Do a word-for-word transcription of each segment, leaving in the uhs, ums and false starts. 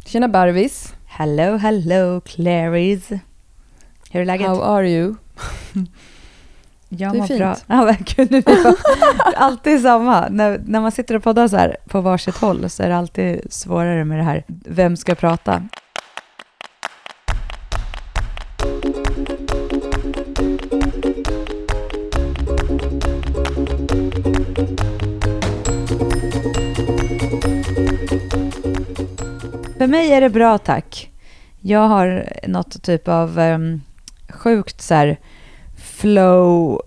Tjena Barvis. Hello, hello Clarice. Hur är läget? How are you? Jag det är mår fint. Bra. Ja, verkligen. Alltid samma. När, när man sitter och poddar så här på varsitt håll så är det alltid svårare med det här. Vem ska prata? För mig är det bra, tack. Jag har något typ av um, sjukt så här flow,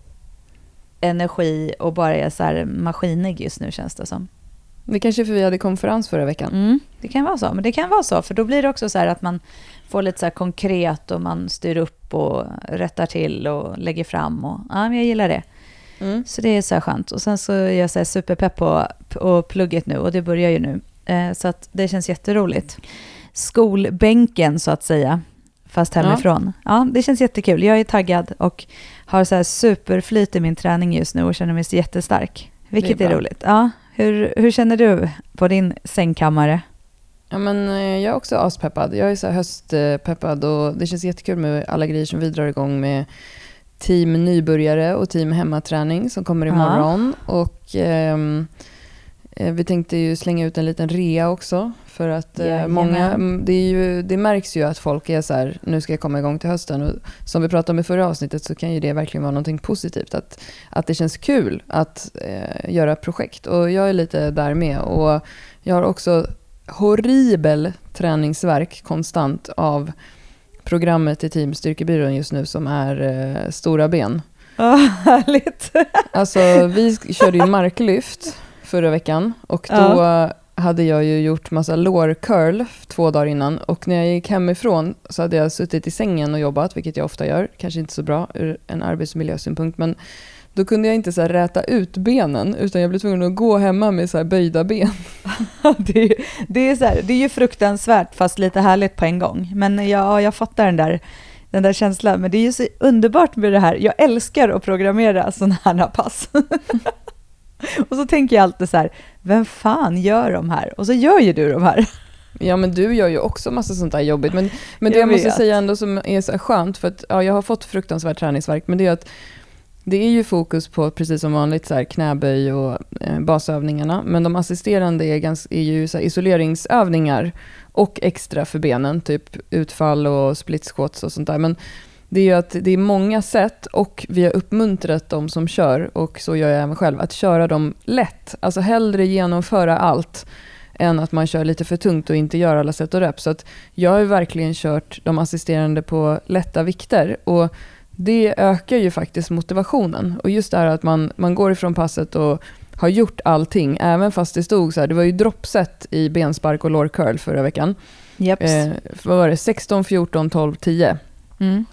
energi och bara är så här maskinig just nu, känns det som. Det kanske är för vi hade konferens förra veckan. Mm, det kan vara så, men det kan vara så, för då blir det också så här att man får lite så här konkret och man styr upp och rättar till och lägger fram och ja, men jag gillar det. Mm. Så det är så här skönt. Och sen så är jag så här superpepp på, på plugget nu och det börjar ju nu. Eh, så att det känns jätteroligt. Skolbänken så att säga, fast hemifrån. Ja. ja, det känns jättekul. Jag är taggad och har så här superflyt i min träning just nu och känner mig jättestark. Vilket är, är roligt. Ja, hur, hur känner du på din sängkammare? Ja, men jag är också aspeppad. Jag är så här höstpeppad och det känns jättekul med alla grejer som vi drar igång med team nybörjare och team hemmaträning som kommer imorgon. Ja. Och ehm, vi tänkte ju slänga ut en liten rea också för att eh, många, det, är ju, det märks ju att folk är så här, nu ska jag komma igång till hösten och som vi pratade om i förra avsnittet så kan ju det verkligen vara någonting positivt att, att det känns kul att eh, göra projekt och jag är lite där med och jag har också horribel träningsverk konstant av programmet i Team Styrkebyrån just nu som är eh, stora ben. Ja, oh, härligt. Alltså vi körde ju marklyft förra veckan och då ja. hade jag ju gjort massa lår curl två dagar innan och när jag gick hemifrån så hade jag suttit i sängen och jobbat, vilket jag ofta gör, kanske inte så bra ur en arbetsmiljösynpunkt, men då kunde jag inte så här räta ut benen utan jag blev tvungen att gå hemma med så här böjda ben. det, är, det, är så här, det är ju fruktansvärt fast lite härligt på en gång, men ja, jag fattar den där den där känslan, men det är ju så underbart med det här. Jag älskar att programmera sådana här pass. Och så tänker jag alltid så här, vem fan gör de här? Och så gör ju du de här. Ja, men du gör ju också massa sånt där jobbigt. Men, men det jag, jag måste säga ändå som är så skönt, för att ja, jag har fått fruktansvärt träningsverk, men det är att det är ju fokus på, precis som vanligt, så här, knäböj och eh, basövningarna. Men de assisterande är, ganska, är ju så här, isoleringsövningar och extra för benen, typ utfall och split squats och sånt där. Men det är ju att det är många sätt och vi har uppmuntrat de som kör, och så gör jag även själv, att köra dem lätt. Alltså hellre genomföra allt än att man kör lite för tungt och inte gör alla sätt och rep. Så att jag har ju verkligen kört de assisterande på lätta vikter och det ökar ju faktiskt motivationen. Och just det här att man, man går ifrån passet och har gjort allting, även fast det stod så här, det var ju droppset i benspark och lår curl förra veckan. Yep. Eh, vad var det? sexton, fjorton, tolv, tio. Mm.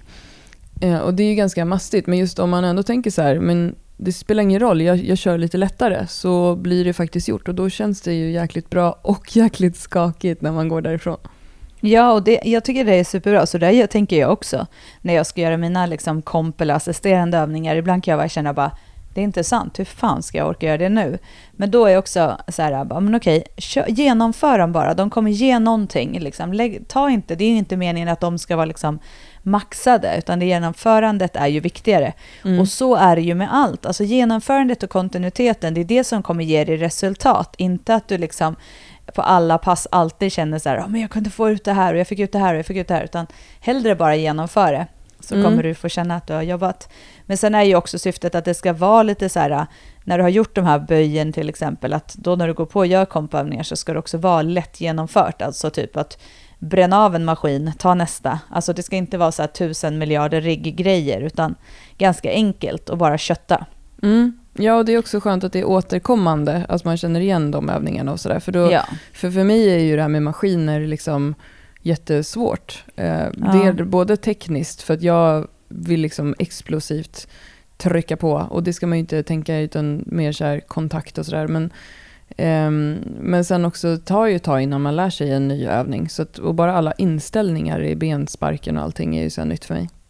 Eh, och det är ju ganska mastigt, men just om man ändå tänker så här, men det spelar ingen roll, jag, jag kör lite lättare, så blir det faktiskt gjort. Och då känns det ju jäkligt bra och jäkligt skakigt när man går därifrån. Ja, och det, jag tycker det är superbra. Så det tänker jag också när jag ska göra mina liksom, komp- eller assisterande övningar. Ibland kan jag bara känna bara, det är inte sant. Hur fan ska jag orka göra det nu? Men då är jag också så här, bara, men okej, kör, genomför dem bara. De kommer ge någonting. Liksom. Lägg, ta inte, det är inte meningen att de ska vara liksom, maxade, utan det genomförandet är ju viktigare. Mm. Och så är det ju med allt. Alltså genomförandet och kontinuiteten, det är det som kommer ge dig resultat. Inte att du liksom på alla pass alltid känner så här, oh, men jag kunde få ut det här och jag fick ut det här och jag fick ut det här, utan hellre bara genomföra det, så mm. kommer du få känna att du har jobbat. Men sen är ju också syftet att det ska vara lite så här, när du har gjort de här böjen till exempel, att då när du går på och gör kompövningar så ska det också vara lätt genomfört, alltså typ att bränna av en maskin, ta nästa. Alltså det ska inte vara så här tusen miljarder rigg-grejer, utan ganska enkelt och bara kötta. Mm. Ja, och det är också skönt att det är återkommande, att man känner igen de övningarna och sådär. För, då, ja. för, för mig är ju det här med maskiner liksom jättesvårt. Eh, ja. Det är både tekniskt, för att jag vill liksom explosivt trycka på. Och det ska man ju inte tänka utan mer så här kontakt och sådär. Men, eh, men sen också tar ju ett tag innan man lär sig en ny övning. Så att, och bara alla inställningar i bensparken och allting är ju så här nytt för mig.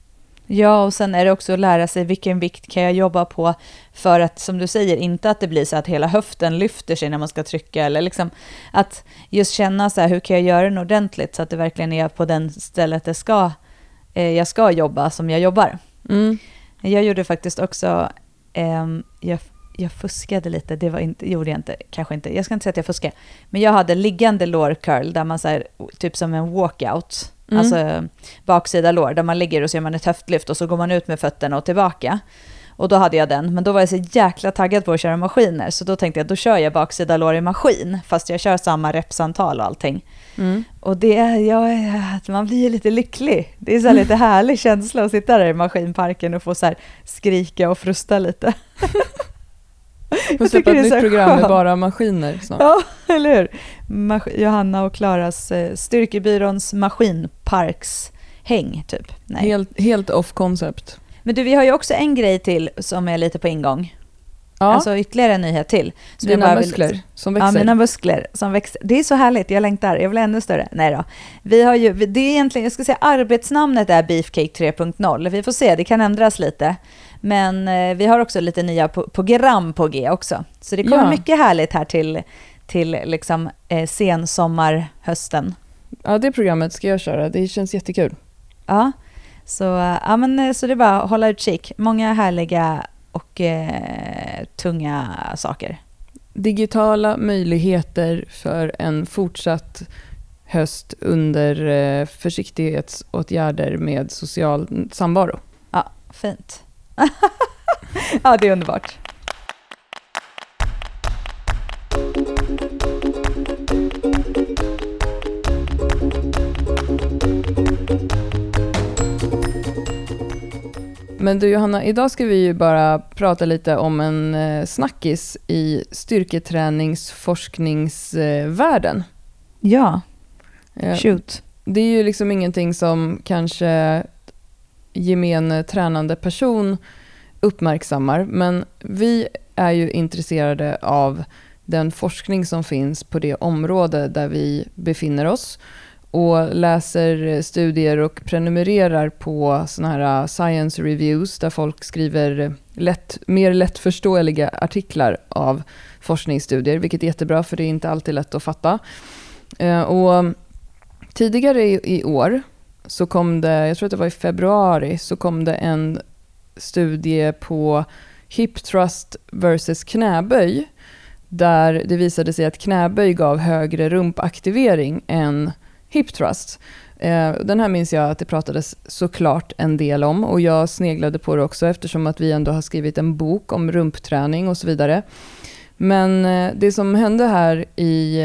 Ja, och sen är det också att lära sig vilken vikt kan jag jobba på för att, som du säger, inte att det blir så att hela höften lyfter sig när man ska trycka, eller liksom att just känna så här, hur kan jag göra det ordentligt så att det verkligen är på den stället det ska, eh, jag ska jobba som jag jobbar. Mm. Jag gjorde faktiskt också, eh, jag, jag fuskade lite, det var inte, gjorde jag inte, kanske inte, jag ska inte säga att jag fuskade, men jag hade liggande lår curl där man så här, typ som en walkout, mm. alltså baksida lår, där man ligger och så gör man ett höftlyft och så går man ut med fötterna och tillbaka. Och då hade jag den, men då var jag så jäkla taggad på att köra maskiner, så då tänkte jag, då kör jag baksida lår i maskin, fast jag kör samma repsantal och allting. Mm. Och det, ja, man blir ju lite lycklig. Det är så här lite härlig känsla att sitta där i maskinparken och få så här skrika och frusta lite. Och släppa ett nytt program med bara maskiner snart. Ja, eller hur? Mas- Johanna och Klaras eh, Styrkebyråns maskinparkshäng typ. Nej. Helt, helt off concept. Men du, vi har ju också en grej till som är lite på ingång. Ja. Alltså ytterligare en nyhet till. Så Dina muskler vill... som växer. Ja, mina muskler som växer. Det är så härligt, jag längtar. Jag vill ännu större. Nej då. Vi har ju, det är egentligen, jag ska säga arbetsnamnet är Beefcake tre punkt noll. Vi får se, det kan ändras lite. Men eh, vi har också lite nya po- program på G också. Så det kommer ja. mycket härligt här till, till liksom, eh, sensommar, hösten. Ja, det programmet ska jag köra. Det känns jättekul. Ja, så, ja, men, så det är bara att hålla utkik. Många härliga och eh, tunga saker. Digitala möjligheter för en fortsatt höst under eh, försiktighetsåtgärder med social samvaro. Ja, fint. Ja, det är underbart. Men du Johanna, idag ska vi ju bara prata lite om en eh, snackis i styrketräningsforskningsvärlden. Ja, shoot. Det är ju liksom ingenting som kanske gemene tränande person uppmärksammar, men vi är ju intresserade av den forskning som finns på det område där vi befinner oss och läser studier och prenumererar på såna här science reviews där folk skriver lätt, mer lättförståeliga artiklar av forskningsstudier, vilket är jättebra för det är inte alltid lätt att fatta. Och tidigare i år så kom det, jag tror att det var i februari, så kom det en studie på hip thrust versus knäböj där det visade sig att knäböj gav högre rumpaktivering än hip thrust. Den här minns jag att det pratades såklart en del om och jag sneglade på det också eftersom att vi ändå har skrivit en bok om rumpträning och så vidare. Men det som hände här i,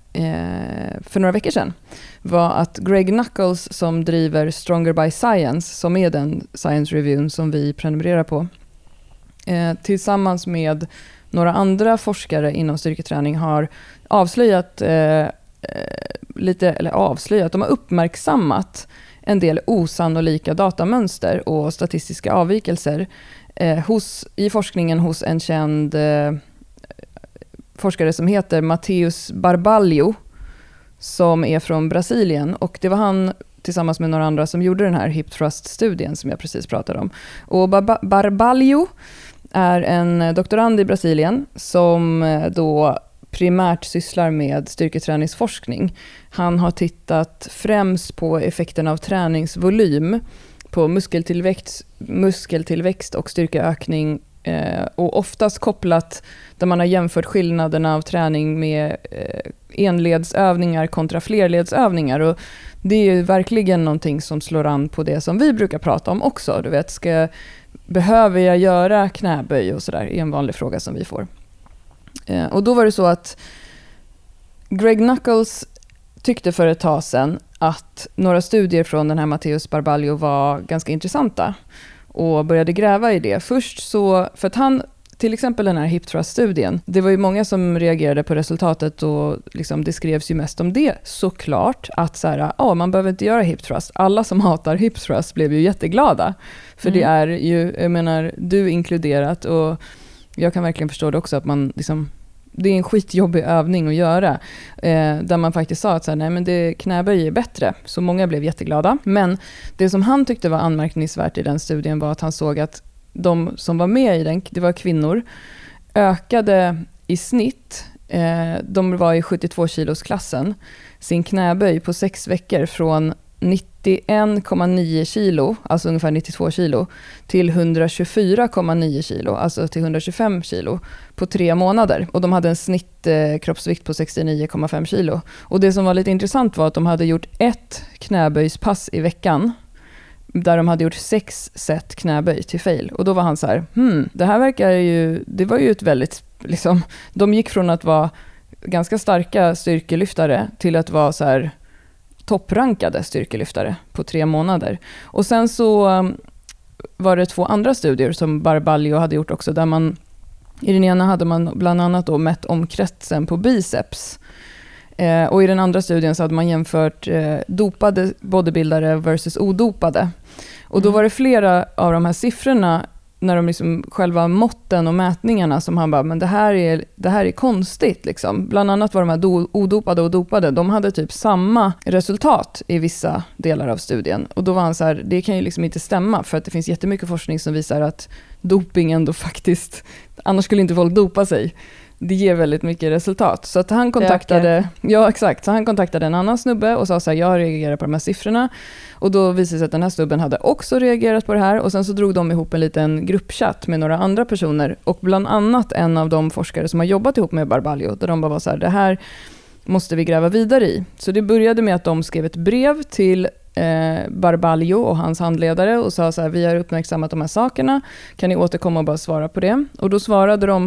för några veckor sedan var att Greg Nuckols som driver Stronger by Science, som är den science reviewn som vi prenumererar på, tillsammans med några andra forskare inom styrketräning har avslöjat eh, lite, eller avslöjat, de har uppmärksammat en del osannolika datamönster och statistiska avvikelser eh, hos, i forskningen hos en känd eh, forskare som heter Matheus Barbalho som är från Brasilien, och det var han tillsammans med några andra som gjorde den här hip thrust-studien som jag precis pratade om. Och Bar- Barbalho är en doktorand i Brasilien som då primärt sysslar med styrketräningsforskning. Han har tittat främst på effekten av träningsvolym på muskeltillväxt, muskeltillväxt och styrkeökning eh, och oftast kopplat där man har jämfört skillnaderna av träning med eh, enledsövningar kontra flerledsövningar, och det är ju verkligen någonting som slår an på det som vi brukar prata om också. Du vet, ska, behöver jag göra knäböj och sådär, är en vanlig fråga som vi får. Eh, och då var det så att Greg Nuckols tyckte för ett tag sedan att några studier från den här Matheus Barbalho var ganska intressanta och började gräva i det. Först så, för att han, till exempel den här hip thrust-studien, det var ju många som reagerade på resultatet och liksom det skrevs ju mest om det såklart, att så här, ja, man behöver inte göra hip thrust. Alla som hatar hip thrust blev ju jätteglada, för mm. det är ju, jag menar, du inkluderat, och jag kan verkligen förstå det också att man liksom, det är en skitjobbig övning att göra. Eh, där man faktiskt sa att så här, nej, men det, knäböj är bättre. Så många blev jätteglada. Men det som han tyckte var anmärkningsvärt i den studien var att han såg att de som var med i den, det var kvinnor, ökade i snitt, eh, de var i sjuttiotvå kilos klassen, sin knäböj på sex veckor från nittioen komma nio kilo, alltså ungefär nittiotvå kilo, till etthundratjugofyra komma nio kilo, alltså till etthundratjugofem kilo på tre månader. Och de hade en snittkroppsvikt på sextionio komma fem kilo. Och det som var lite intressant var att de hade gjort ett knäböjspass i veckan, där de hade gjort sex set knäböj till fail. Och då var han så här, hmm, det här verkar ju, det var ju ett väldigt, liksom, de gick från att vara ganska starka styrkelyftare till att vara så här topprankade styrkelyftare på tre månader. Och sen så um, var det två andra studier som Barballio hade gjort också, där man, i den ena hade man bland annat då mätt omkretsen på biceps. Eh, och i den andra studien så hade man jämfört eh, dopade bodybuildare versus odopade. Och då var det flera av de här siffrorna, när de liksom själva måtten och mätningarna, som han bara, men det här är, det här är konstigt liksom. Bland annat var de här do, odopade och dopade, de hade typ samma resultat i vissa delar av studien. Och då var han så här, det kan ju liksom inte stämma, för att det finns jättemycket forskning som visar att doping ändå faktiskt, annars skulle inte folk dopa sig. Det ger väldigt mycket resultat. Så att han kontaktade, ja exakt, så han kontaktade en annan snubbe och sa så här, jag reagerar på de här siffrorna. Och då visade det sig att den här snubben hade också reagerat på det här. Och sen så drog de ihop en liten gruppchatt med några andra personer. Och bland annat en av de forskare som har jobbat ihop med Barballio. Där de bara var så här, det här måste vi gräva vidare i. Så det började med att de skrev ett brev till eh, Barballio och hans handledare. Och sa så här, vi har uppmärksammat de här sakerna. Kan ni återkomma och bara svara på det? Och då svarade de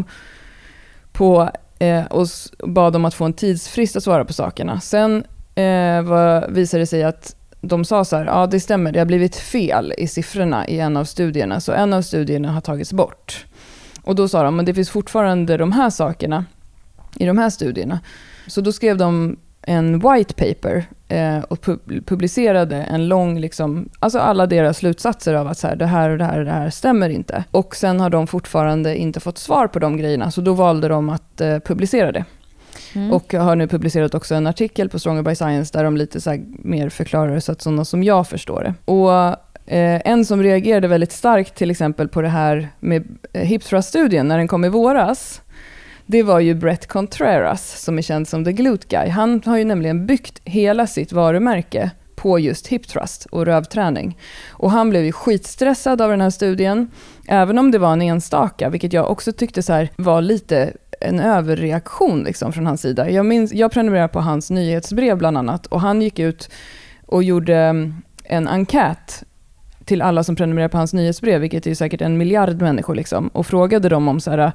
på, eh, och bad om att få en tidsfrist att svara på sakerna. Sen eh, var, visade det sig att de sa så här, ja det stämmer, det har blivit fel i siffrorna i en av studierna. Så en av studierna har tagits bort. Och då sa de, men det finns fortfarande de här sakerna i de här studierna. Så då skrev de en white paper eh, och pu- publicerade en lång, liksom, alltså alla deras slutsatser av att så här, det här och det här och det här stämmer inte. Och sen har de fortfarande inte fått svar på de grejerna, så då valde de att eh, publicera det. Mm. Och har nu publicerat också en artikel på Stronger by Science där de lite så här mer förklarar så att sådana som jag förstår det. Och eh, en som reagerade väldigt starkt till exempel på det här med eh, hip thrust-studien när den kom i våras, det var ju Brett Contreras som är känd som The Glute Guy. Han har ju nämligen byggt hela sitt varumärke på just hip thrust och rövträning. Och han blev ju skitstressad av den här studien, även om det var en enstaka, vilket jag också tyckte så här var lite en överreaktion liksom från hans sida. Jag minns, jag prenumererar på hans nyhetsbrev bland annat, och han gick ut och gjorde en enkät till alla som prenumererar på hans nyhetsbrev, vilket är säkert en miljard människor liksom, och frågade dem om så här,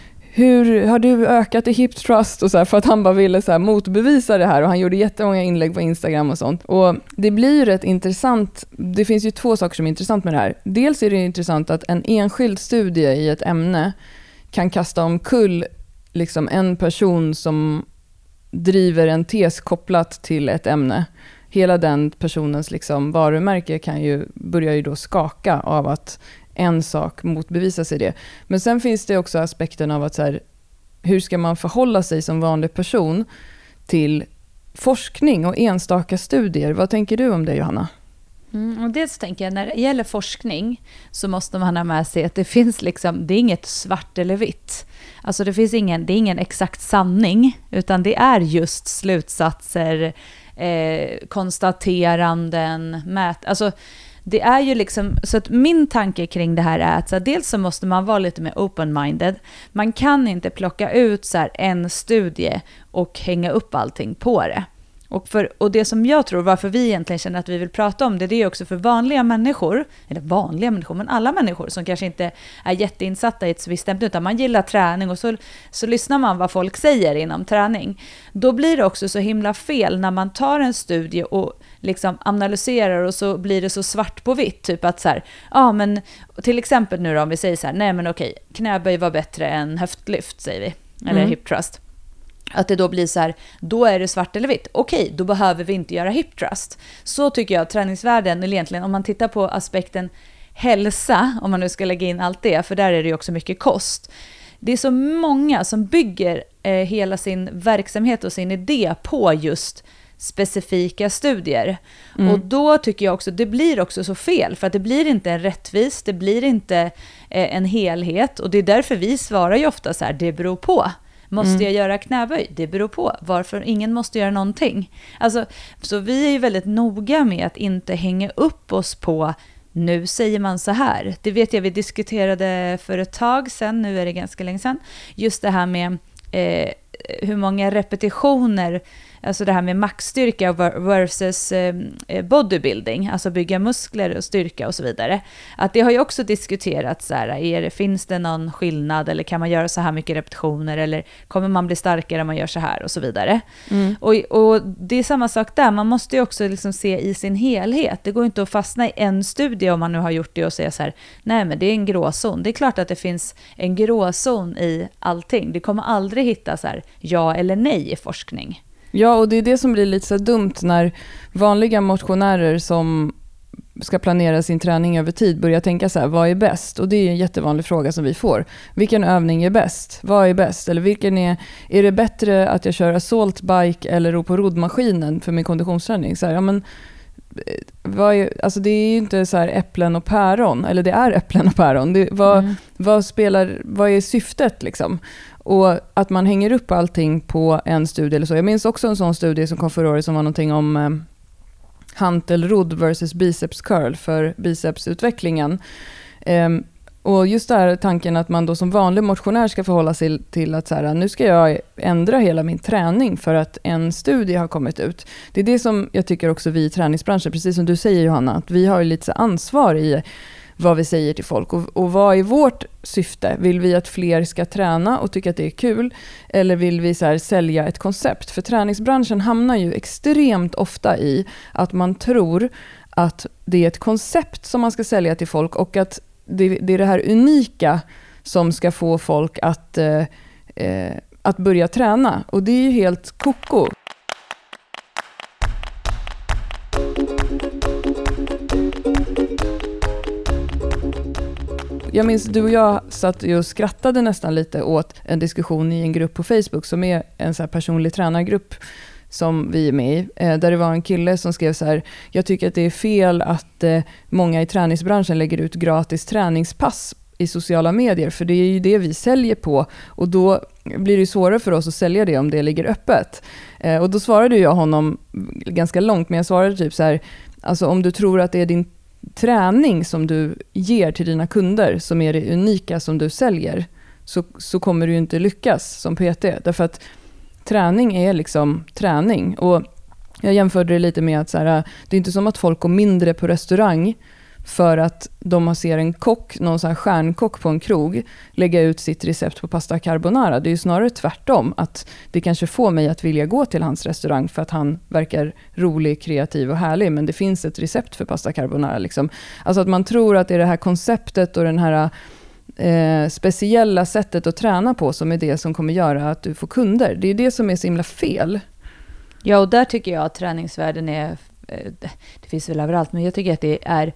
hur har du ökat i hip thrust och så här, för att han bara ville så här motbevisa det här, och han gjorde jättemånga inlägg på Instagram och sånt. Och det blir ju rätt intressant. Det finns ju två saker som är intressant med det här. Dels är det intressant att en enskild studie i ett ämne kan kasta omkull liksom en person som driver en tes kopplat till ett ämne. Hela den personens liksom varumärke kan ju börja ju då skaka av att en sak motbevisar sig det. Men sen finns det också aspekten av att så här, hur ska man förhålla sig som vanlig person till forskning och enstaka studier? Vad tänker du om det, Johanna? Mm, och dels tänker jag, när det gäller forskning så måste man ha med sig att det finns liksom, det är inget svart eller vitt. Alltså det finns ingen, det är ingen exakt sanning, utan det är just slutsatser, eh, konstateranden, mät, alltså det är ju liksom, så att min tanke kring det här är att så här, dels så måste man vara lite mer open-minded. Man kan inte plocka ut så här en studie och hänga upp allting på det. Och, för, och det som jag tror, varför vi egentligen känner att vi vill prata om det, det är också för vanliga människor, eller vanliga människor, men alla människor som kanske inte är jätteinsatta i ett visst ämne, utan man gillar träning och så, så lyssnar man vad folk säger inom träning. Då blir det också så himla fel när man tar en studie och liksom analyserar och så blir det så svart på vitt, typ att så här, ja men till exempel nu då, om vi säger så här, nej men okej, knäböj var bättre än höftlyft säger vi, eller mm. hip thrust. Att det då blir så här, då är det svart eller vitt. Okej, då behöver vi inte göra hip thrust. Så tycker jag träningsvärlden, eller egentligen om man tittar på aspekten hälsa, om man nu ska lägga in allt det, för där är det ju också mycket kost. det är så många som bygger eh, hela sin verksamhet och sin idé på just specifika studier. Mm. Och då tycker jag också, det blir också så fel, för att det blir inte en rättvis, det blir inte eh, en helhet, och det är därför vi svarar ju ofta så här, det beror på. Måste mm. jag göra knäböj? Det beror på. Varför ingen måste göra någonting? Alltså, så vi är ju väldigt noga med att inte hänga upp oss på nu säger man så här. Det vet jag, vi diskuterade för ett tag sedan, nu är det ganska länge sedan, just det här med eh, hur många repetitioner, alltså det här med maxstyrka versus eh, bodybuilding, alltså bygga muskler och styrka och så vidare. Att det har ju också diskuterats så här, är det, finns det någon skillnad, eller kan man göra så här mycket repetitioner, eller kommer man bli starkare om man gör så här och så vidare. Mm. Och, och det är samma sak där, man måste ju också liksom se i sin helhet. Det går inte att fastna i en studie om man nu har gjort det och säga så här, nej men det är en gråzon. Det är klart att det finns en gråzon i allting. Det kommer aldrig hitta så här ja eller nej i forskning. Ja, och det är det som blir lite så dumt när vanliga motionärer som ska planera sin träning över tid börjar tänka så här, vad är bäst? Och det är en jättevanlig fråga som vi får. Vilken övning är bäst? Vad är bäst? Eller vilken är, är det bättre att jag kör assault bike eller ro på roddmaskinen för min konditionsträning? Så här, ja men, vad är, alltså det är ju inte så här äpplen och päron, eller det är äpplen och päron. Det, vad, mm. vad, spelar, vad är syftet liksom? Och att man hänger upp allting på en studie eller så. Jag minns också en sån studie som kom förra året som var någonting om eh, hantelrodd versus biceps curl för bicepsutvecklingen. Eh, och just där tanken att man då som vanlig motionär ska förhålla sig till att så här, nu ska jag ändra hela min träning för att en studie har kommit ut. Det är det som jag tycker också vi i träningsbranschen, precis som du säger Johanna, att vi har lite ansvar i vad vi säger till folk. Och, och vad är vårt syfte? Vill vi att fler ska träna och tycka att det är kul? Eller vill vi så här sälja ett koncept? För träningsbranschen hamnar ju extremt ofta i att man tror att det är ett koncept som man ska sälja till folk och att det, det är det här unika som ska få folk att, eh, eh, att börja träna. Och det är ju helt koko. Jag minns du och jag satt och skrattade nästan lite åt en diskussion i en grupp på Facebook som är en så här personlig tränargrupp som vi är med i. Där det var en kille som skrev så här, jag tycker att det är fel att många i träningsbranschen lägger ut gratis träningspass i sociala medier, för det är ju det vi säljer på och då blir det svårare för oss att sälja det om det ligger öppet. Och då svarade jag honom ganska långt, men jag svarade typ så här, alltså om du tror att det är din träning som du ger till dina kunder som är det unika som du säljer, så, så kommer du ju inte lyckas som P T. Därför att träning är liksom träning. Och jag jämförde det lite med att så här, det är inte som att folk går mindre på restaurang för att de ser en kock, någon sån här stjärnkock på en krog, lägga ut sitt recept på pasta carbonara. Det är ju snarare tvärtom, att det kanske får mig att vilja gå till hans restaurang för att han verkar rolig, kreativ och härlig, men det finns ett recept för pasta carbonara. Liksom. Alltså att man tror att det är det här konceptet och den här eh, speciella sättet att träna på som är det som kommer göra att du får kunder. Det är det som är så himla fel. Ja, och där tycker jag att träningsvärlden är, det finns väl överallt, men jag tycker att det är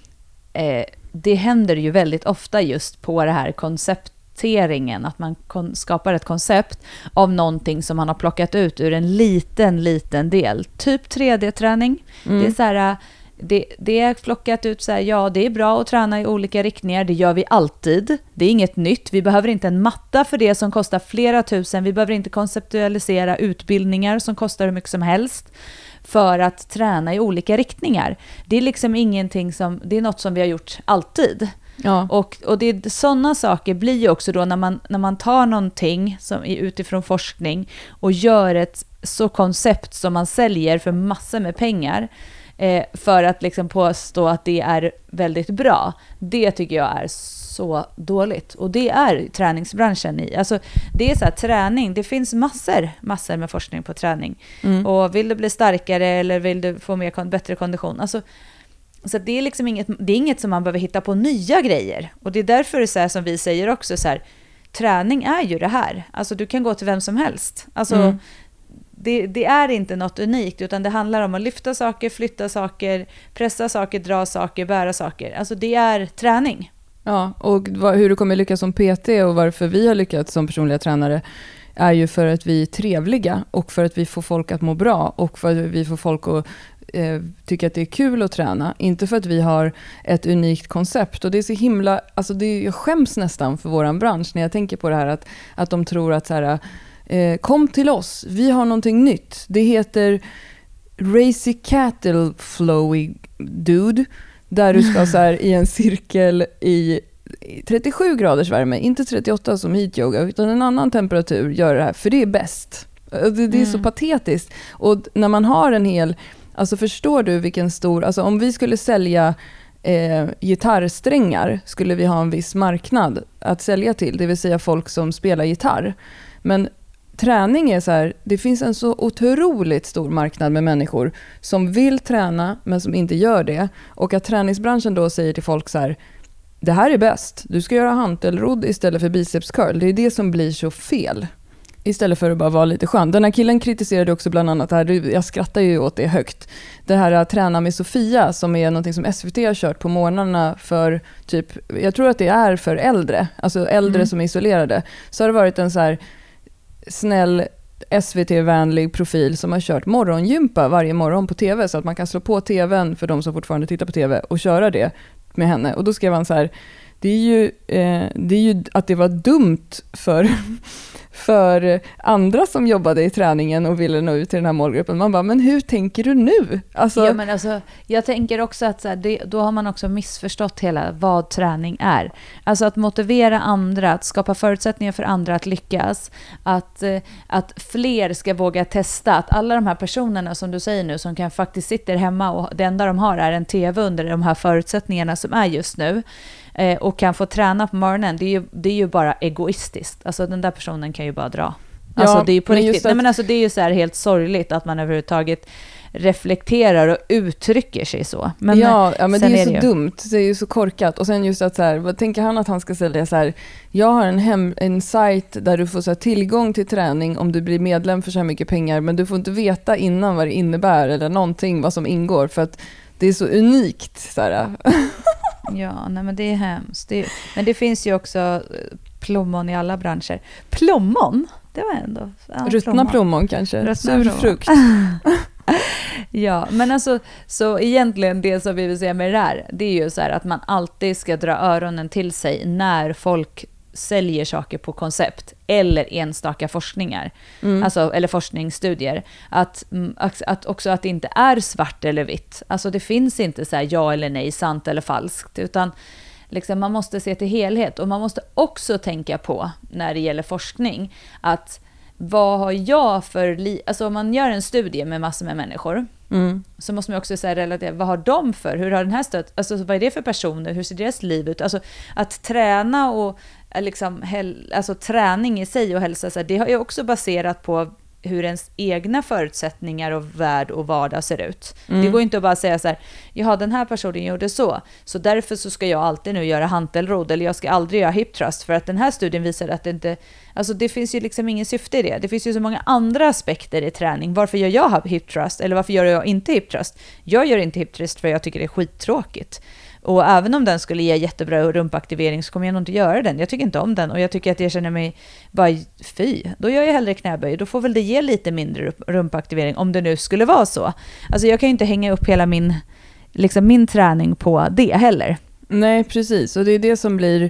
Eh, det händer ju väldigt ofta just på det här koncepteringen, att man kon- skapar ett koncept av någonting som man har plockat ut ur en liten, liten del. Typ tre D-träning. Mm. Det är så här, det, det är plockat ut så här, ja det är bra att träna i olika riktningar, det gör vi alltid. Det är inget nytt, vi behöver inte en matta för det som kostar flera tusen, vi behöver inte konceptualisera utbildningar som kostar hur mycket som helst för att träna i olika riktningar. Det är liksom ingenting som, det är något som vi har gjort alltid. Ja. Och, och det är sådana saker blir ju också då när man, när man tar någonting som är utifrån forskning och gör ett så koncept som man säljer för massor med pengar eh, för att liksom påstå att det är väldigt bra. Det tycker jag är så dåligt. Och det är träningsbranschen i. Alltså det är så här, träning, det finns massor, massor med forskning på träning. Mm. Och vill du bli starkare eller vill du få mer, bättre kondition? Alltså, så det är liksom inget, det är inget som man behöver hitta på nya grejer. Och det är därför det är så här, som vi säger också så här, träning är ju det här. Alltså du kan gå till vem som helst. Alltså mm. det, det är inte något unikt, utan det handlar om att lyfta saker, flytta saker, pressa saker, dra saker, bära saker. Alltså det är träning. Ja, och vad, hur du kommer lyckas som P T och varför vi har lyckats som personliga tränare är ju för att vi är trevliga och för att vi får folk att må bra och för att vi får folk att eh, tycka att det är kul att träna. Inte för att vi har ett unikt koncept. Och det är så himla, alltså det är, jag skäms nästan för våran bransch när jag tänker på det här att, att de tror att så här, eh, kom till oss, vi har någonting nytt. Det heter Racy Cattle Flowy Dude, där du ska så här, i en cirkel i trettiosju graders värme, inte trettioåtta som heat yoga, utan en annan temperatur gör det här, för det är bäst. Det, det är mm. så patetiskt. Och när man har en hel, alltså förstår du vilken stor, alltså om vi skulle sälja eh, gitarrsträngar skulle vi ha en viss marknad att sälja till, det vill säga folk som spelar gitarr. Men träning är så här, det finns en så otroligt stor marknad med människor som vill träna men som inte gör det. Och att träningsbranschen då säger till folk så här, det här är bäst, du ska göra hantelrodd istället för biceps curl. Det är det som blir så fel. Istället för att bara vara lite skön. Den här killen kritiserade också bland annat det här, jag skrattar ju åt det högt. Det här att träna med Sofia som är någonting som S V T har kört på morgnarna för typ, jag tror att det är för äldre, alltså äldre mm. som är isolerade. Så har det varit en så här snäll S V T-vänlig profil som har kört morgongympa varje morgon på tv så att man kan slå på tvn för de som fortfarande tittar på tv och köra det med henne. Och då skrev han så här, det är ju, eh, det är ju att det var dumt för, för andra som jobbade i träningen och ville nå ut till den här målgruppen. Man bara, men hur tänker du nu? Alltså, ja, men alltså, jag tänker också att så här, det, då har man också missförstått hela vad träning är. Alltså att motivera andra, att skapa förutsättningar för andra att lyckas, att, att fler ska våga testa, att alla de här personerna som du säger nu som kan faktiskt sitta hemma och det enda de har är en tv under de här förutsättningarna som är just nu, och kan få träna på morgonen, det är ju, det är ju bara egoistiskt. Alltså den där personen kan ju bara dra. Alltså ja, det är ju på riktigt. Att... Nej, men alltså det är ju så här helt sorgligt att man överhuvudtaget reflekterar och uttrycker sig så. Men, ja, ja, men det är, är så det ju... dumt. Det är ju så korkat. Och sen just att så här, vad tänker han att han ska sälja så här, jag har en, hem, en sajt där du får så här, tillgång till träning om du blir medlem för så här mycket pengar, men du får inte veta innan vad det innebär eller någonting, vad som ingår, för att det är så unikt. Så här. Ja, nej, men det är hemskt. Det är, men det finns ju också plommon i alla branscher. Plommon? Det var ändå... Ja, ruttna plommon, plommon kanske. Sur frukt. Ja, men alltså så egentligen det som vi vill säga med det här, det är ju så här att man alltid ska dra öronen till sig när folk säljer saker på koncept eller enstaka forskningar, mm. alltså, eller forskningsstudier, att, att också att det inte är svart eller vitt, alltså det finns inte så här ja eller nej, sant eller falskt, utan liksom man måste se till helhet. Och man måste också tänka på när det gäller forskning att vad har jag för li- alltså om man gör en studie med massor med människor, mm. så måste man också säga relativt, vad har de för, hur har den här stött, alltså vad är det för personer, hur ser deras liv ut, alltså att träna och liksom, häl- alltså träning i sig och hälsa, så här, det har ju också baserat på hur ens egna förutsättningar och värld och vardag ser ut. Mm. Det går inte att bara säga så här, ja, den här personen gjorde så, så därför så ska jag alltid nu göra hantelrodd, eller jag ska aldrig göra hip thrust för att den här studien visar att det inte, alltså det finns ju liksom ingen syfte i det. Det finns ju så många andra aspekter i träning. Varför gör jag hip thrust eller varför gör jag inte hip thrust? Jag gör inte hip thrust för jag tycker det är skittråkigt. Och även om den skulle ge jättebra rumpaktivering så kommer jag nog inte göra den. Jag tycker inte om den och jag tycker att jag känner mig bara fy. Då gör jag hellre knäböj. Då får väl det ge lite mindre rumpaktivering om det nu skulle vara så. Alltså jag kan ju inte hänga upp hela min, liksom min träning på det heller. Nej, precis. Och det är det som blir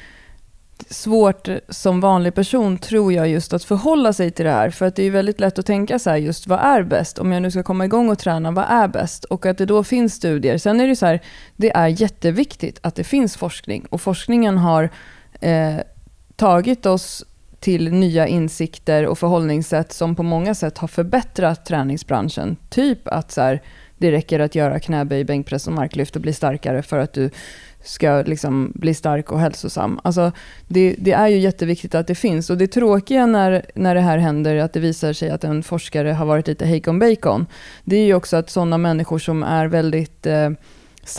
svårt som vanlig person, tror jag, just att förhålla sig till det här. För att det är väldigt lätt att tänka så här, just vad är bäst? Om jag nu ska komma igång och träna, vad är bäst? Och att det då finns studier. Sen är det så här, det är jätteviktigt att det finns forskning. Och forskningen har eh, tagit oss till nya insikter och förhållningssätt som på många sätt har förbättrat träningsbranschen. Typ att så här, det räcker att göra knäböj, bänkpress och marklyft och bli starkare för att du ska liksom bli stark och hälsosam. Alltså det, det är ju jätteviktigt att det finns. Och det tråkiga när, när det här händer, att det visar sig att en forskare har varit lite hejkon bacon, det är ju också att sådana människor som är väldigt eh,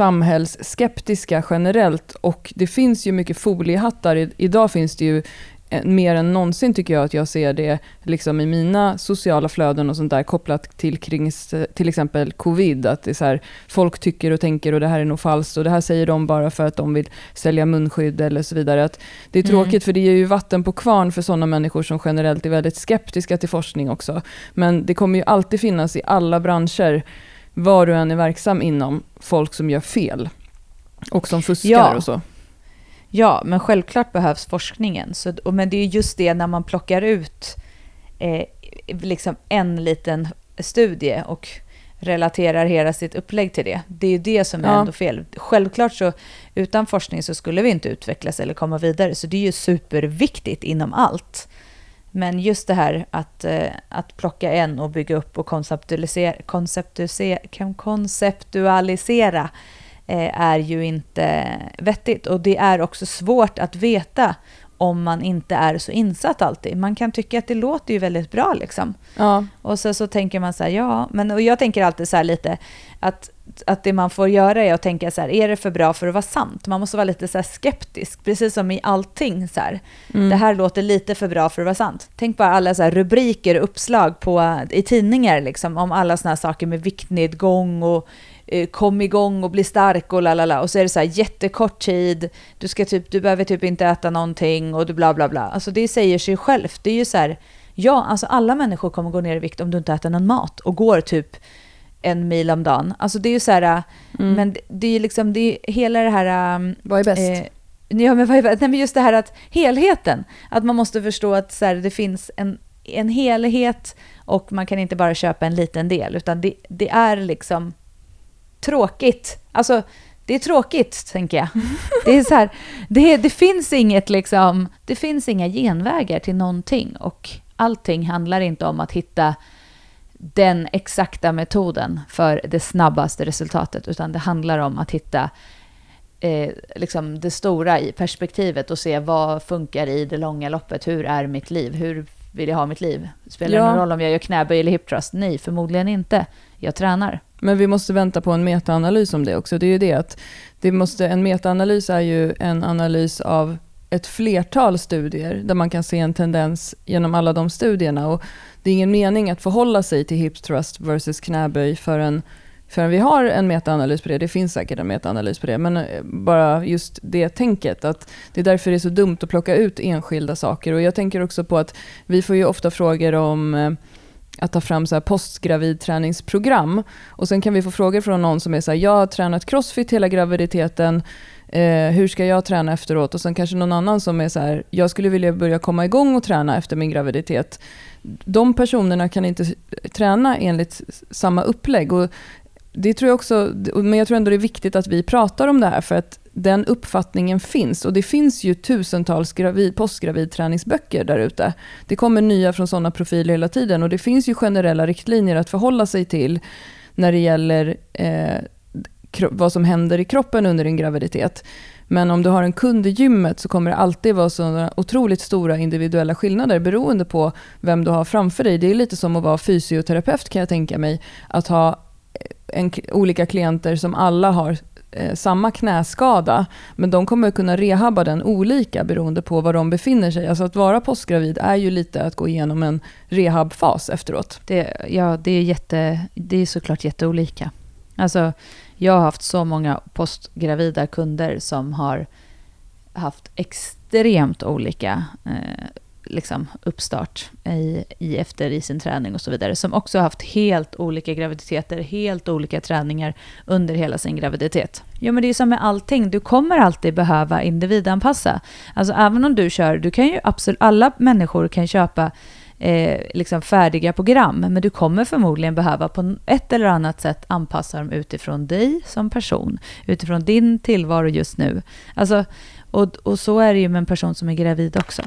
samhällsskeptiska generellt, och det finns ju mycket foliehattar. I, idag finns det ju mer än någonsin tycker jag att jag ser det liksom i mina sociala flöden och sånt där kopplat till kring till exempel covid, att det är så här, folk tycker och tänker och det här är nog falskt och det här säger de bara för att de vill sälja munskydd eller så vidare. Att det är tråkigt mm. för det ger ju vatten på kvarn för sådana människor som generellt är väldigt skeptiska till forskning också. Men det kommer ju alltid finnas i alla branscher, var du än är verksam inom, folk som gör fel och som fuskar ja. och så. Ja, men självklart behövs forskningen. Så, och, men det är just det när man plockar ut eh, liksom en liten studie och relaterar hela sitt upplägg till det. Det är ju det som är ja. ändå fel. Självklart så utan forskning så skulle vi inte utvecklas eller komma vidare. Så det är ju superviktigt inom allt. Men just det här att, eh, att plocka en och bygga upp och konceptualisera, konceptualisera, konceptualisera är ju inte vettigt. Och det är också svårt att veta om man inte är så insatt alltid. Man kan tycka att det låter ju väldigt bra liksom. Ja. Och så, så tänker man så här, ja. Men, och jag tänker alltid så här lite att, att det man får göra är att tänka så här, är det för bra för att vara sant? Man måste vara lite så här skeptisk, precis som i allting så här. Mm. Det här låter lite för bra för att vara sant. Tänk på alla så här rubriker och uppslag på, i tidningar liksom, om alla såna här saker med viktnedgång och kom igång och bli stark och lalala. Och så är det så här jättekort tid. Du ska typ, du behöver typ inte äta någonting och du bla bla bla. Alltså det säger sig självt. Det är ju så här, ja, alltså alla människor kommer gå ner i vikt om du inte äter någon mat och går typ en mil om dagen. Alltså det är ju så här, mm. men det är ju liksom, det är hela det här... Vad är bäst? Eh, ja, men vad är bäst? Nej, men just det här att helheten. Att man måste förstå att så här, det finns en, en helhet och man kan inte bara köpa en liten del. Utan det, det är liksom tråkigt. Alltså, det är tråkigt, tänker jag. Det är så här, det, det finns inget liksom, det finns inga genvägar till någonting och allting handlar inte om att hitta den exakta metoden för det snabbaste resultatet, utan det handlar om att hitta eh, liksom det stora i perspektivet och se vad funkar i det långa loppet. Hur är mitt liv? Hur vill jag ha mitt liv? Spelar det ja. någon roll om jag gör knäböj eller hip thrust? Nej, förmodligen inte. Jag tränar. Men vi måste vänta på en metaanalys om det också. Det är ju det att det måste, en metaanalys är ju en analys av ett flertal studier där man kan se en tendens genom alla de studierna. Och det är ingen mening att förhålla sig till hip thrust versus knäböj förrän, förrän vi har en metaanalys på det. Det finns säkert en metaanalys på det. Men bara just det tänket. Att det är därför det är så dumt att plocka ut enskilda saker. Och jag tänker också på att vi får ju ofta frågor om att ta fram så här postgravidträningsprogram. Och sen kan vi få frågor från någon som är så här, jag har tränat crossfit hela graviditeten. Eh, hur ska jag träna efteråt? Och sen kanske någon annan som är så här, jag skulle vilja börja komma igång och träna efter min graviditet. De personerna kan inte träna enligt samma upplägg. Och det tror jag också, men jag tror ändå det är viktigt att vi pratar om det här för att den uppfattningen finns. Och det finns ju tusentals gravid, postgravidträningsböcker där ute. Det kommer nya från sådana profiler hela tiden och det finns ju generella riktlinjer att förhålla sig till när det gäller eh, vad som händer i kroppen under en graviditet. Men om du har en kund i gymmet så kommer det alltid vara sådana otroligt stora individuella skillnader beroende på vem du har framför dig. Det är lite som att vara fysioterapeut kan jag tänka mig. Att ha en, olika klienter som alla har eh, samma knäskada. Men de kommer kunna rehabba den olika beroende på var de befinner sig. Alltså att vara postgravid är ju lite att gå igenom en rehabfas efteråt. Det, ja, det är, jätte, det är såklart jätteolika. Alltså, jag har haft så många postgravida kunder som har haft extremt olika eh, liksom uppstart i, i efter i sin träning och så vidare. Som också har haft helt olika graviditeter, helt olika träningar under hela sin graviditet. Ja, men det är som med allting. Du kommer alltid behöva individanpassa. Alltså även om du kör, du kan ju absolut, alla människor kan köpa Eh, liksom färdiga program, men du kommer förmodligen behöva på ett eller annat sätt anpassa dem utifrån dig som person, utifrån din tillvaro just nu. Alltså, och, och så är det ju med en person som är gravid också.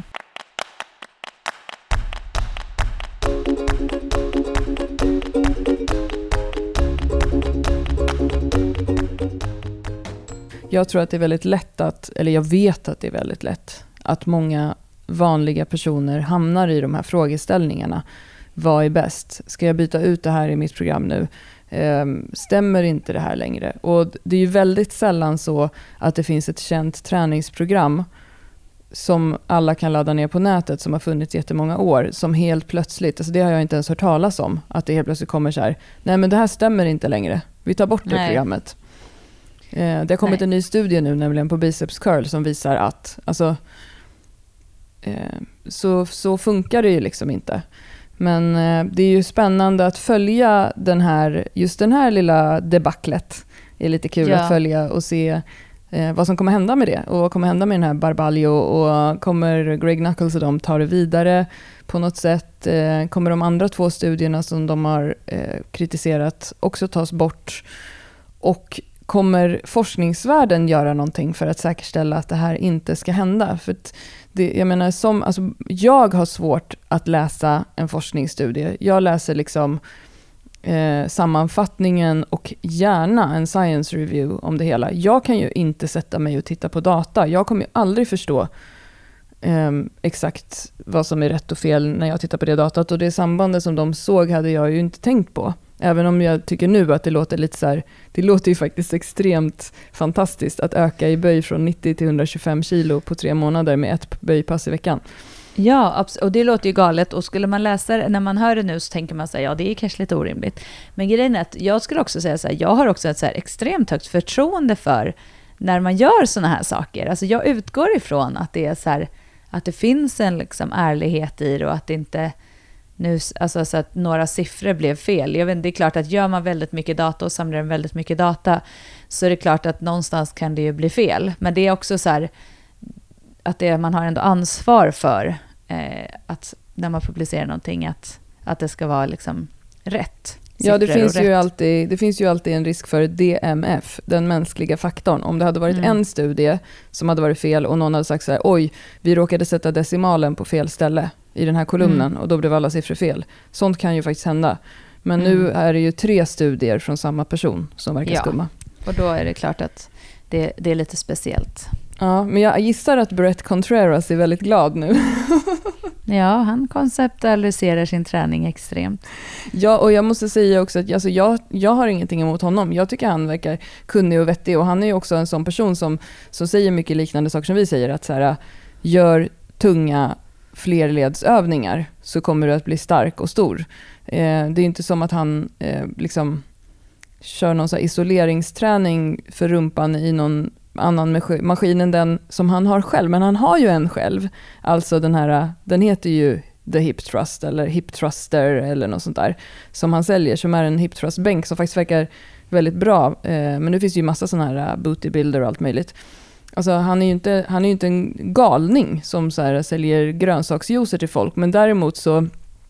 Jag tror att det är väldigt lätt att, eller jag vet att det är väldigt lätt att många vanliga personer hamnar i de här frågeställningarna. Vad är bäst? Ska jag byta ut det här i mitt program nu? Ehm, stämmer inte det här längre? Och det är ju väldigt sällan så att det finns ett känt träningsprogram som alla kan ladda ner på nätet som har funnits jättemånga år, som helt plötsligt, alltså det har jag inte ens hört talas om, att det helt plötsligt kommer så här, nej men det här stämmer inte längre, vi tar bort det nej. programmet. Eh, det har kommit nej. en ny studie nu nämligen på Biceps Curl som visar att alltså, eh, så, så funkar det ju liksom inte. Men eh, det är ju spännande att följa den här, just den här lilla debaclet. Det är lite kul ja. att följa och se eh, vad som kommer hända med det. Och vad kommer hända med den här Barballio. Och kommer Greg Nuckols och de ta det vidare på något sätt? Eh, kommer de andra två studierna som de har eh, kritiserat också tas bort? Och kommer forskningsvärlden göra någonting för att säkerställa att det här inte ska hända? För att det, jag menar, som, alltså, jag har svårt att läsa en forskningsstudie. Jag läser liksom eh, sammanfattningen och gärna en science review om det hela. Jag kan ju inte sätta mig och titta på data. Jag kommer ju aldrig förstå eh, exakt vad som är rätt och fel när jag tittar på det datat. Och det sambandet som de såg hade jag ju inte tänkt på. Även om jag tycker nu att det låter lite så här, det låter ju faktiskt extremt fantastiskt att öka i böj från nittio till hundratjugofem kilo på tre månader med ett böjpass i veckan. Ja, och det låter ju galet. Och skulle man läsa det, när man hör det nu så tänker man så här, ja det är kanske lite orimligt. Men grejen är att jag skulle också säga så här, jag har också ett så här extremt högt förtroende för när man gör såna här saker. Alltså jag utgår ifrån att det är så här, att det finns en liksom ärlighet i det och att det inte nu, alltså så att några siffror blev fel. Jag vet, det är klart att gör man väldigt mycket data och samlar in väldigt mycket data så är det klart att någonstans kan det ju bli fel. Men det är också så här att det, man har ändå ansvar för eh, att när man publicerar någonting att, att det ska vara liksom rätt. Ja, det finns, ju alltid, det finns ju alltid en risk för D M F, den mänskliga faktorn. Om det hade varit mm. en studie som hade varit fel och någon hade sagt så här, oj, vi råkade sätta decimalen på fel ställe i den här kolumnen mm. och då blev alla siffror fel. Sånt kan ju faktiskt hända. Men mm. nu är det ju tre studier från samma person som verkar ja. skumma. Och då är det klart att det, det är lite speciellt. Ja, men jag gissar att Brett Contreras är väldigt glad nu. Ja, han konceptualiserar sin träning extremt. Ja, och jag måste säga också att alltså, jag, jag har ingenting emot honom. Jag tycker han verkar kunnig och vettig. Och han är ju också en sån person som, som säger mycket liknande saker som vi säger. Att så här, gör tunga flerledsövningar så kommer du att bli stark och stor. Eh, det är inte som att han eh, liksom kör någon så här isoleringsträning för rumpan i någon annan maskin än den som han har själv. Men han har ju en själv. Alltså den här, den heter ju The Hip Thrust eller Hip Thruster eller något sånt där. Som han säljer, som är en Hip Thrust-bänk som faktiskt verkar väldigt bra. Eh, men nu finns det ju massa sådana här bootybuilder och allt möjligt. Alltså han är ju inte, han är ju inte en galning som så här säljer grönsaksjuicer till folk. Men däremot så,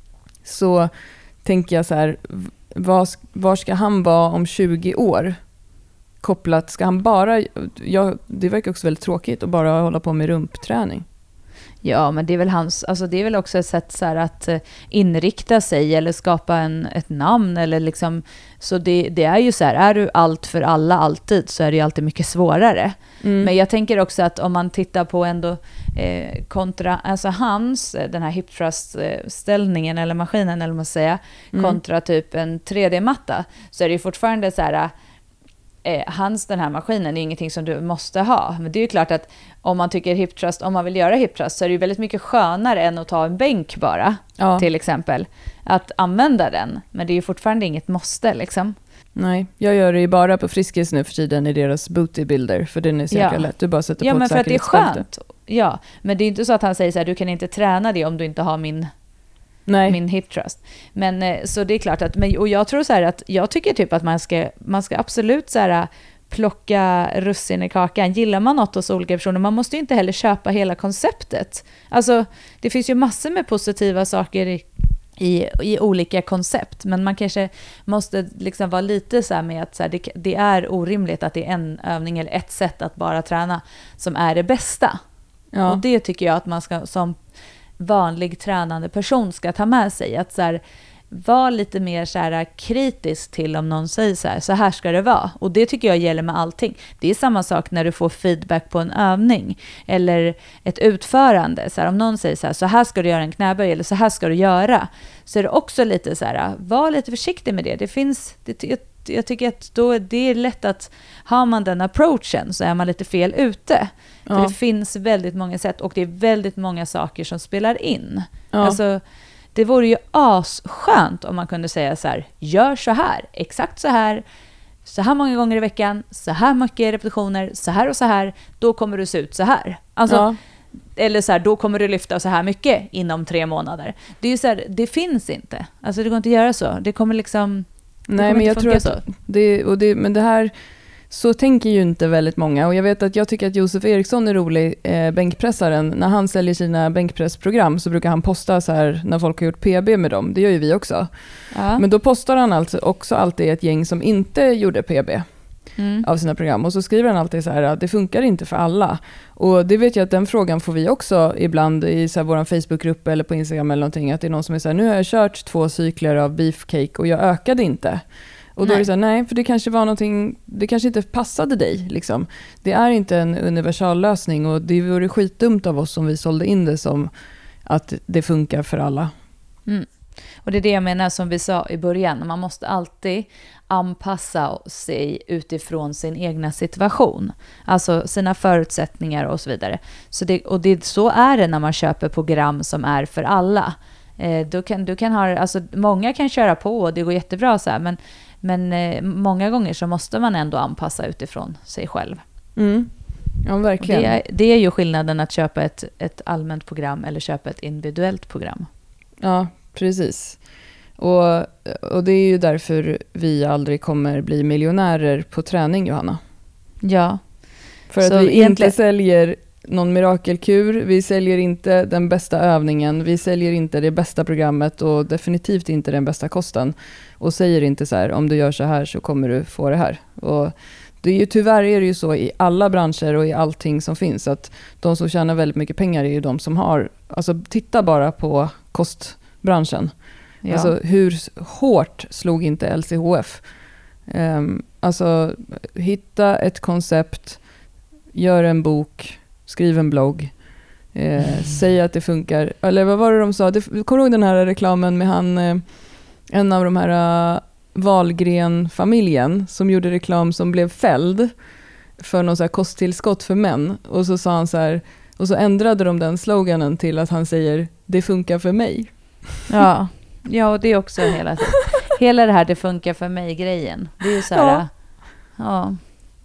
så tänker jag så här, var, var ska han vara om tjugo år? Kopplat, ska han bara, ja, det verkar också väldigt tråkigt att bara hålla på med rumpträning. Ja, men det är väl hans, alltså det är väl också ett sätt så här att inrikta sig eller skapa en, ett namn eller liksom, så det, det är ju så här, är du allt för alla alltid så är det ju alltid mycket svårare. Mm. Men jag tänker också att om man tittar på ändå eh, kontra, alltså hans, den här hip thrust ställningen eller maskinen eller vad man säger, mm. kontra typ en tre D-matta så är det ju fortfarande så här, Eh, hans den här maskinen är ingenting som du måste ha. Men det är ju klart att om man tycker hip thrust, om man vill göra hip thrust så är det ju väldigt mycket skönare än att ta en bänk bara, ja. Till exempel. Att använda den. Men det är ju fortfarande inget måste liksom. Nej, jag gör det ju bara på Friskis nu för tiden i deras bootybuilder. För den är så jäkla ja. lätt. Du bara sätter ja, på men ett för att det är skönt. Ja, men det är inte så att han säger så här, du kan inte träna det om du inte har min... Nej. Min hip thrust. Men så det är klart att, och jag tror så här att jag tycker typ att man ska, man ska absolut så här plocka russin i kakan. Gillar man något hos olika personer, man måste ju inte heller köpa hela konceptet. Alltså det finns ju massor med positiva saker i, i, i olika koncept, men man kanske måste liksom vara lite så här med att så här, det, det är orimligt att det är en övning eller ett sätt att bara träna som är det bästa. Ja. Och det tycker jag att man ska som vanlig tränande person ska ta med sig. Att så här, vara lite mer så här kritisk till om någon säger så här, så här ska det vara. Och det tycker jag gäller med allting. Det är samma sak när du får feedback på en övning eller ett utförande. Så här, om någon säger så här, så här ska du göra en knäböj eller så här ska du göra. Så är det också lite så här, var lite försiktig med det. Det finns, det, jag tycker att då det är lätt att har man den approachen så är man lite fel ute. Ja. För det finns väldigt många sätt och det är väldigt många saker som spelar in. Ja. Alltså, det vore ju asskönt om man kunde säga så här, gör så här, exakt så här, så här många gånger i veckan, så här mycket repetitioner, så här och så här, då kommer du se ut så här. Alltså, ja. Eller så här, då kommer du lyfta så här mycket inom tre månader. Det är ju så här, det finns inte. Alltså det går inte att göra så. Det kommer liksom det Nej, kommer men jag tror att så. Det, och det, men det här så tänker ju inte väldigt många. Och jag vet att jag tycker att Josef Eriksson är rolig, eh, bänkpressaren. När han säljer sina bänkpressprogram så brukar han posta så här när folk har gjort P B med dem. Det gör ju vi också. Ja. Men då postar han alltså också alltid ett gäng som inte gjorde P B. Mm. av sina program. Och så skriver han alltid så här att det funkar inte för alla. Och det vet jag att den frågan får vi också ibland i så här vår Facebookgrupp eller på Instagram eller någonting. Att det är någon som är så här, nu har jag kört två cykler av beefcake och jag ökade inte. Och då nej. är det så här, nej, för det kanske var någonting, det kanske inte passade dig. Liksom. Det är inte en universal lösning och det vore skitdumt av oss om vi sålde in det som att det funkar för alla. Mm. Och det är det jag menar som vi sa i början. Man måste alltid anpassa sig utifrån sin egna situation. Alltså sina förutsättningar och så vidare. Så det, och det, så är det när man köper program som är för alla. Eh, du kan, du kan ha, alltså, många kan köra på och det går jättebra så här. Men, men eh, många gånger så måste man ändå anpassa utifrån sig själv. Mm. Ja, verkligen. Det är, det är ju skillnaden att köpa ett, ett allmänt program eller köpa ett individuellt program. Ja, precis. Och, och det är ju därför vi aldrig kommer bli miljonärer på träning, Johanna. Ja. För att så vi egentligen inte säljer någon mirakelkur, vi säljer inte den bästa övningen, vi säljer inte det bästa programmet och definitivt inte den bästa kosten. Och säger inte så här, om du gör så här så kommer du få det här. Och det är ju, tyvärr är det ju så i alla branscher och i allting som finns att de som tjänar väldigt mycket pengar är ju de som har, alltså titta bara på kostbranschen. Ja. Alltså hur hårt slog inte L C H F? Um, alltså hitta ett koncept, gör en bok, skriv en blogg, eh, mm. säg att det funkar. Eller vad var det de sa? Det, kommer du ihåg den här reklamen med han, eh, en av de här uh, Wahlgren-familjen som gjorde reklam som blev fälld för någon så här kosttillskott för män. Och så sa han så här, och så ändrade de den sloganen till att han säger, det funkar för mig. Ja. Ja, och det är också hela hela det här det funkar för mig-grejen. Det är ju så här, ja. ja.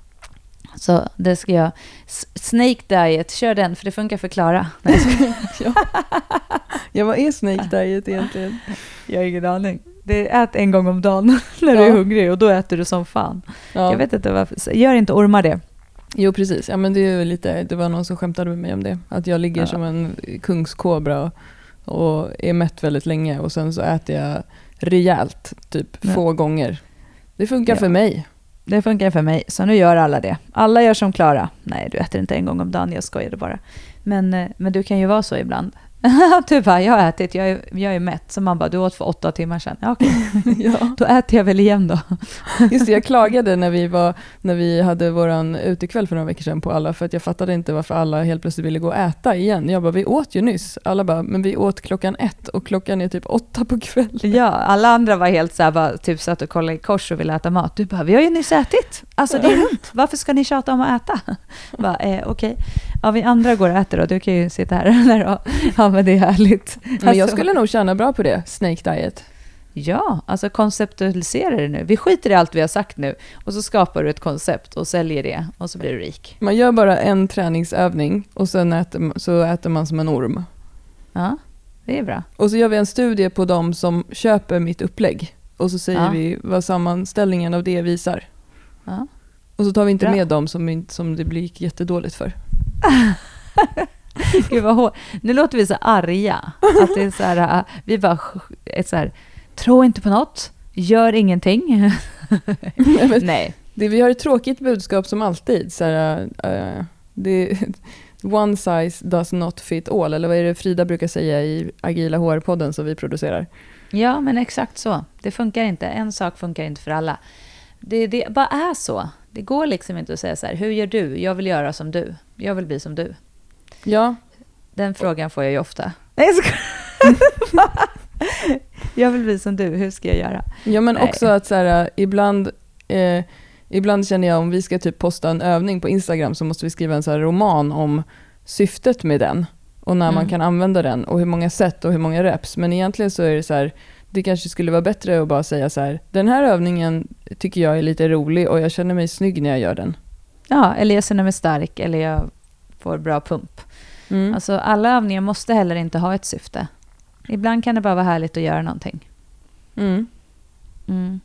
Så det ska jag... Snake diet, kör den, för det funkar för Klara. ja. ja, vad är snake diet egentligen? Jag har ingen aning. Det är ät en gång om dagen när ja. du är hungrig och då äter du som fan. Ja. Jag vet inte varför. Gör inte ormar det? Jo, precis. Ja, men det är ju lite... Det var någon som skämtade med mig om det. Att jag ligger ja. som en kungskobra och och är mätt väldigt länge och sen så äter jag rejält typ ja. få gånger. Det funkar ja. för mig. Det funkar för mig, så nu gör alla det. Alla gör som Klara. Nej, du äter inte en gång om dagen, jag skojade bara. Men, men du kan ju vara så ibland. Typ här, jag har ätit, jag är, jag är mätt. Så man bara, du åt för åtta timmar sedan. Ja, okej. ja. Då äter jag väl igen då. Just det, jag klagade när vi, var, när vi hade våran utekväll för några veckor sedan på alla. För att jag fattade inte varför alla helt plötsligt ville gå och äta igen. Jag bara, vi åt ju nyss. Alla bara, men vi åt klockan ett och klockan är typ åtta på kvällen. Ja, alla andra var helt så här, bara, typ satt och kollade i kors och ville äta mat. Du bara, vi har ju nyss ätit. Alltså det är lugnt. Varför ska ni tjata om att äta? Bara, eh, okej. Okay. Ja, vi andra går och äter och du kan ju sitta här och ja, men det är härligt. Men jag alltså, skulle nog tjäna bra på det, snake diet. Ja, alltså konceptualisera det nu. Vi skiter i allt vi har sagt nu och så skapar du ett koncept och säljer det och så blir du rik. Man gör bara en träningsövning och sen äter, så äter man som en orm. Ja, det är bra. Och så gör vi en studie på dem som köper mitt upplägg och så säger ja. vi vad sammanställningen av det visar. Ja. Och så tar vi inte bra. med dem som, som det blir jättedåligt för. Gud vad hår. Nu låter vi så arga. Att det är så här, vi bara ett så här, tro inte på något, gör ingenting. Nej. Det, vi har ett tråkigt budskap som alltid. Så här, uh, det, one size does not fit all. Eller vad är det Frida brukar säga i Agila H R-podden som vi producerar? Ja, men exakt så. Det funkar inte. En sak funkar inte för alla. Det, det bara är så. Det går liksom inte att säga så här, hur gör du? Jag vill göra som du. Jag vill bli som du. Ja. Den frågan får jag ju ofta. Nej, jag ska... jag vill bli som du. Hur ska jag göra? Ja, men Nej. också att så här, ibland Eh, ibland känner jag om vi ska typ posta en övning på Instagram så måste vi skriva en så här roman om syftet med den. Och när mm. man kan använda den och hur många sätt och hur många reps. Men egentligen så är det så här, det kanske skulle vara bättre att bara säga så här, den här övningen tycker jag är lite rolig och jag känner mig snygg när jag gör den. Ja, eller jag känner mig stark eller jag får bra pump. Mm. Alltså alla övningar måste heller inte ha ett syfte. Ibland kan det bara vara härligt att göra någonting. Mm. Mm.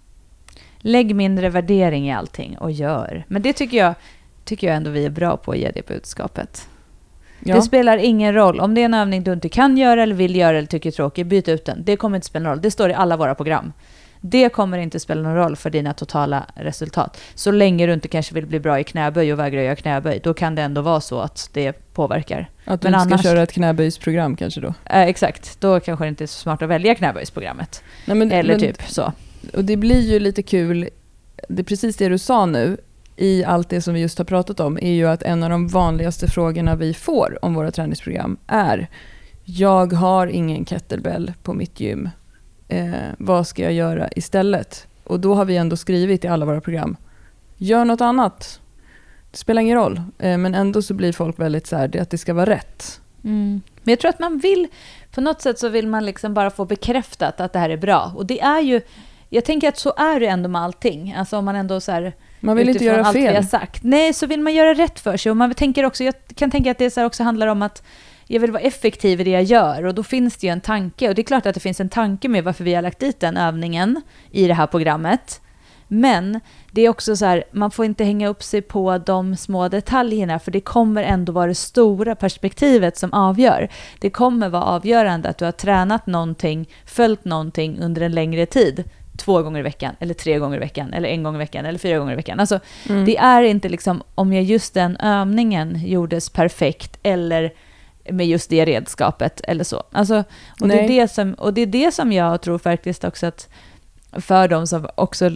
Lägg mindre värdering i allting och gör. Men det tycker jag, tycker jag ändå vi är bra på att ge det budskapet. Ja. Det spelar ingen roll. Om det är en övning du inte kan göra eller vill göra eller tycker är tråkig, byt ut den. Det kommer inte spela någon roll. Det står i alla våra program. Det kommer inte spela någon roll för dina totala resultat. Så länge du inte kanske vill bli bra i knäböj och vägrar göra knäböj, då kan det ändå vara så att det påverkar. Att du Men inte annars, ska köra ett knäböjsprogram kanske då? Eh, exakt. Då kanske det inte är så smart att välja knäböjsprogrammet. Nej, men, eller men, typ så. Och det blir ju lite kul. Det är precis det du sa nu. I allt det som vi just har pratat om är ju att en av de vanligaste frågorna vi får om våra träningsprogram är: jag har ingen kettlebell på mitt gym. Eh, vad ska jag göra istället? Och då har vi ändå skrivit i alla våra program: gör något annat. Det spelar ingen roll. Eh, men ändå så blir folk väldigt så här, det att det ska vara rätt. Mm. Men jag tror att man vill, på något sätt så vill man liksom bara få bekräftat att det här är bra. Och det är ju, jag tänker att så är det ändå med allting. Alltså om man ändå så här, man vill inte göra allt fel. Vi har sagt. Nej, så vill man göra rätt för sig. Och man tänker också, jag kan tänka att det så här också handlar om att jag vill vara effektiv i det jag gör. Och då finns det ju en tanke. Och det är klart att det finns en tanke med varför vi har lagt dit den övningen i det här programmet. Men det är också så här, man får inte hänga upp sig på de små detaljerna. För det kommer ändå vara det stora perspektivet som avgör. Det kommer vara avgörande att du har tränat någonting, följt någonting under en längre tid. Två gånger i veckan, eller tre gånger i veckan, eller en gång i veckan, eller fyra gånger i veckan. Alltså, mm. det är inte liksom om jag just den övningen gjordes perfekt, eller med just det redskapet, eller så. Alltså, och, det är det som, och det är det som jag tror faktiskt också att för de som också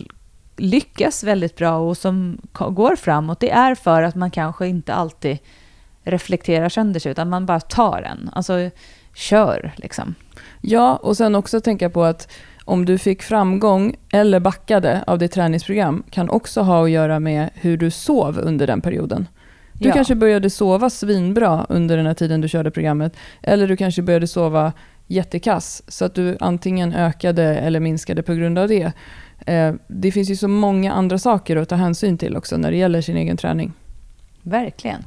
lyckas väldigt bra och som går framåt, det är för att man kanske inte alltid reflekterar sönder sig, utan man bara tar den. Alltså, kör liksom. Ja, och sen också tänka på att om du fick framgång eller backade av ditt träningsprogram kan också ha att göra med hur du sov under den perioden. Du ja. kanske började sova svinbra under den här tiden du körde programmet. Eller du kanske började sova jättekass så att du antingen ökade eller minskade på grund av det. Eh, det finns ju så många andra saker att ta hänsyn till också när det gäller sin egen träning. Verkligen.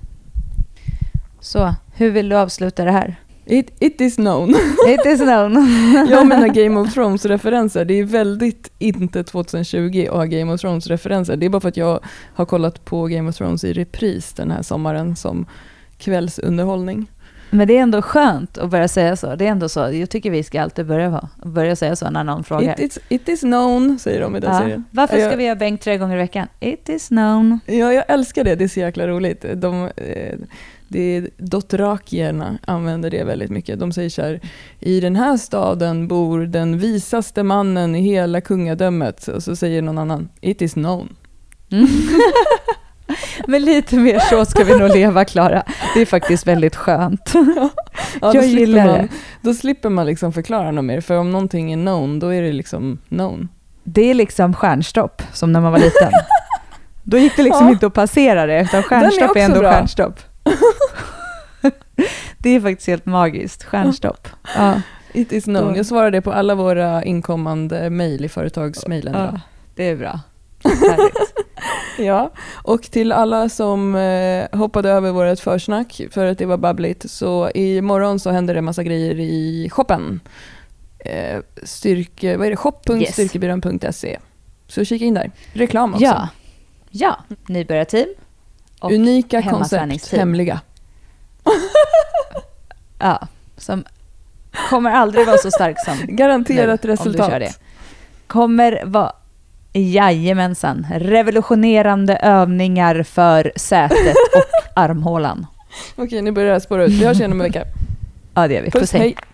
Så, hur vill du avsluta det här? It, it is known. It is known. Jag menar Game of Thrones-referenser. Det är väldigt inte tjugo att ha Game of Thrones-referenser. Det är bara för att jag har kollat på Game of Thrones i repris den här sommaren som kvällsunderhållning. Men det är ändå skönt att börja säga så. Det är ändå så. Jag tycker vi ska alltid börja, börja säga så när någon frågar. It is, it is known, säger de i den ja. serien. Varför ska jag, vi göra bänk tre gånger i veckan? It is known. Ja, jag älskar det. Det är så jäkla roligt. De... Eh, Det dothrakierna använder det väldigt mycket. De säger så här: i den här staden bor den visaste mannen i hela kungadömet. Och så säger någon annan: it is known. Mm. Men lite mer så ska vi nog leva, Klara. Det är faktiskt väldigt skönt. Ja, ja, jag gillar man, det. Då slipper man liksom förklara något mer. För om någonting är known, då är det liksom known. Det är liksom stjärnstopp, som när man var liten. Då gick det liksom ja. inte att passera det. Utan stjärnstopp är, är ändå bra. Stjärnstopp. Det är faktiskt helt magiskt. Stjärnstopp. Ja. It is known. Jag svarar det på alla våra inkommande mejl i företagsmejlen. Ja, det är bra. Ja, och till alla som eh, hoppade över vårt försnack för att det var babbligt, så imorgon så händer det massa grejer i shoppen. Eh, styrke, vad är det? shop punkt styrkebyrån punkt se. Så kika in där. Reklam också. Ja, ja. Nybörjarteam. Och unika koncept, hemliga. Ja, som kommer aldrig vara så stark som garanterat nu, resultat. Om du kör det. Kommer vara, jajamensan, revolutionerande övningar för sätet och armhålan. Okej, nu börjar jag spåra ut. Vi hörs igen om en vecka. Ja, det gör vi. Puss, hej.